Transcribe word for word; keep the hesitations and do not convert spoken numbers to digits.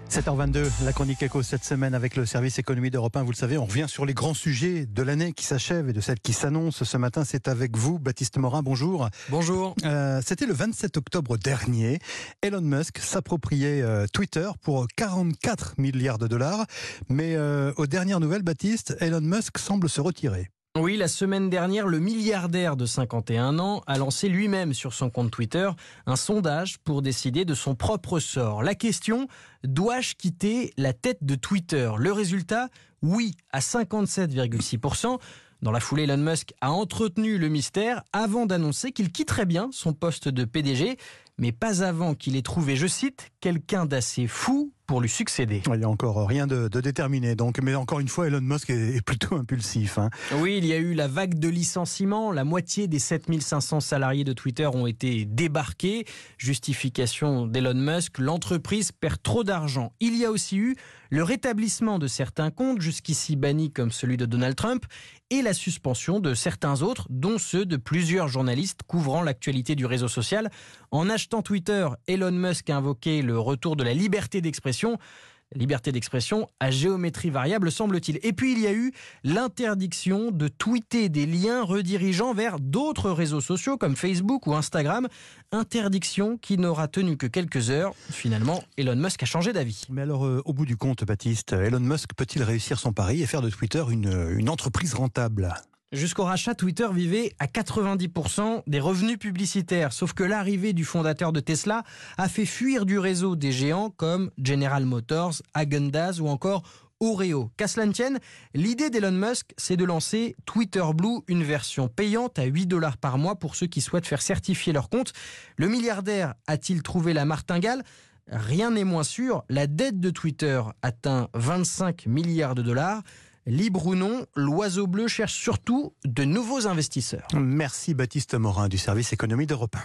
sept heures vingt-deux, la chronique éco cette semaine avec le service économie d'Europe un. Vous le savez, on revient sur les grands sujets de l'année qui s'achève et de celle qui s'annonce. Ce matin, c'est avec vous, Baptiste Morin. Bonjour. Bonjour. Euh, c'était le vingt-sept octobre dernier. Elon Musk s'appropriait euh, Twitter pour quarante-quatre milliards de dollars. Mais euh, aux dernières nouvelles, Baptiste, Elon Musk semble se retirer. Oui, la semaine dernière, le milliardaire de cinquante et un ans a lancé lui-même sur son compte Twitter un sondage pour décider de son propre sort. La question, dois-je quitter la tête de Twitter ? Le résultat, oui, à cinquante-sept virgule six pour cent. Dans la foulée, Elon Musk a entretenu le mystère avant d'annoncer qu'il quitterait bien son poste de P D G, mais pas avant qu'il ait trouvé, je cite, quelqu'un d'assez fou pour lui succéder. Il n'y a encore rien de, de déterminé, donc, mais encore une fois, Elon Musk est, est plutôt impulsif. Hein. Oui, il y a eu la vague de licenciements. La moitié des sept mille cinq cents salariés de Twitter ont été débarqués. Justification d'Elon Musk, l'entreprise perd trop d'argent. Il y a aussi eu le rétablissement de certains comptes, jusqu'ici bannis comme celui de Donald Trump, et la suspension de certains autres, dont ceux de plusieurs journalistes couvrant l'actualité du réseau social. En achetant Twitter, Elon Musk a invoqué le retour de la liberté d'expression. La liberté d'expression à géométrie variable, semble-t-il. Et puis, il y a eu l'interdiction de tweeter des liens redirigeant vers d'autres réseaux sociaux comme Facebook ou Instagram. Interdiction qui n'aura tenu que quelques heures. Finalement, Elon Musk a changé d'avis. Mais alors, euh, au bout du compte, Baptiste, Elon Musk peut-il réussir son pari et faire de Twitter une, une entreprise rentable ? Jusqu'au rachat, Twitter vivait à quatre-vingt-dix pour cent des revenus publicitaires. Sauf que l'arrivée du fondateur de Tesla a fait fuir du réseau des géants comme General Motors, Häagen-Dazs ou encore Oreo. Qu'à cela ne tienne, l'idée d'Elon Musk, c'est de lancer Twitter Blue, une version payante à huit dollars par mois pour ceux qui souhaitent faire certifier leur compte. Le milliardaire a-t-il trouvé la martingale ? Rien n'est moins sûr. La dette de Twitter atteint vingt-cinq milliards de dollars. Libre ou non, l'oiseau bleu cherche surtout de nouveaux investisseurs. Merci Baptiste Morin du service économie d'Europe un.